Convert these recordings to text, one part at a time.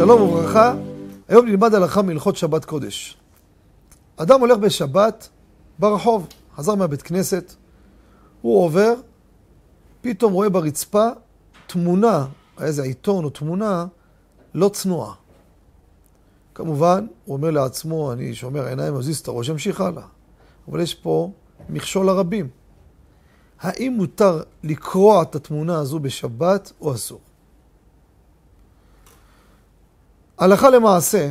שלום וברכה, היום נלמד הלכה מהלכות שבת קודש. אדם הולך בשבת ברחוב, חזר מהבית כנסת, הוא עובר, פתאום רואה ברצפה תמונה, איזה עיתון או תמונה לא צנועה. כמובן, הוא אומר לעצמו, אני שומר עיניים, מזיז את הראש, המשיך הלאה. אבל יש פה מכשול לרבים. האם מותר לקרוע את התמונה הזו בשבת או אסור? הלכה למעשה,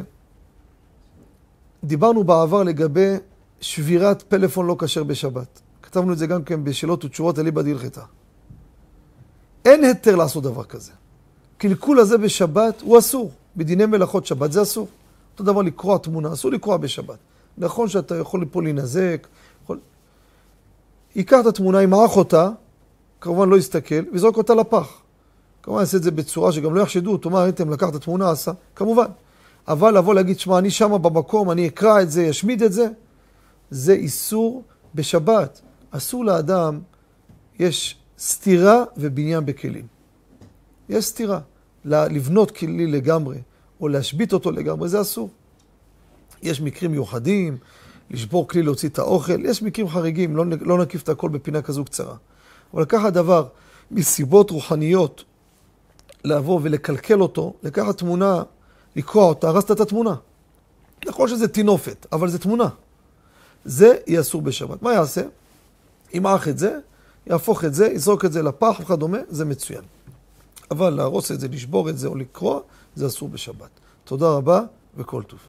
דיברנו בעבר לגבי שבירת פלאפון לא כשר בשבת. כתבנו את זה גם כן בשאלות ותשובות אליבא דהלכתא. אין היתר לעשות דבר כזה. קלקול הזה בשבת הוא אסור. בדיני מלאכות שבת זה אסור. אותו דבר לקרוע תמונה, אסור לקרוע בשבת. נכון שאתה יכול פה להינזק, ייקח את התמונה, ימעך אותה, כמובן לא יסתכל, ויזרוק אותה לפח. כמובן יעשה את זה בצורה שגם לא יחשדו אותו, מה ראיתם, לקח את התמונה, עשה, כמובן. אבל לבוא להגיד, שמה, אני שמה במקום, אני אקרא את זה, ישמיד את זה, זה איסור בשבת. אסור לאדם, יש סתירה ובניין בכלים. יש סתירה. לבנות כלי לגמרי, או להשבית אותו לגמרי, זה אסור. יש מקרים מיוחדים, לשבור כלי, להוציא את האוכל, יש מקרים חריגים, לא נקיף את הכל בפינה כזו קצרה. אבל לקחת דבר מסיבות רוחניות, לעבור ולקלקל אותו, לקחת תמונה, לקרוע אותה, הרסת את התמונה. נכון שזה תינופת, אבל זה תמונה. זה יהיה אסור בשבת. מה יעשה? ימעך את זה, יהפוך את זה, יזרוק את זה לפח וכדומה, זה מצוין. אבל להרוס את זה, לשבור את זה או לקרוע, זה אסור בשבת. תודה רבה וכל טוב.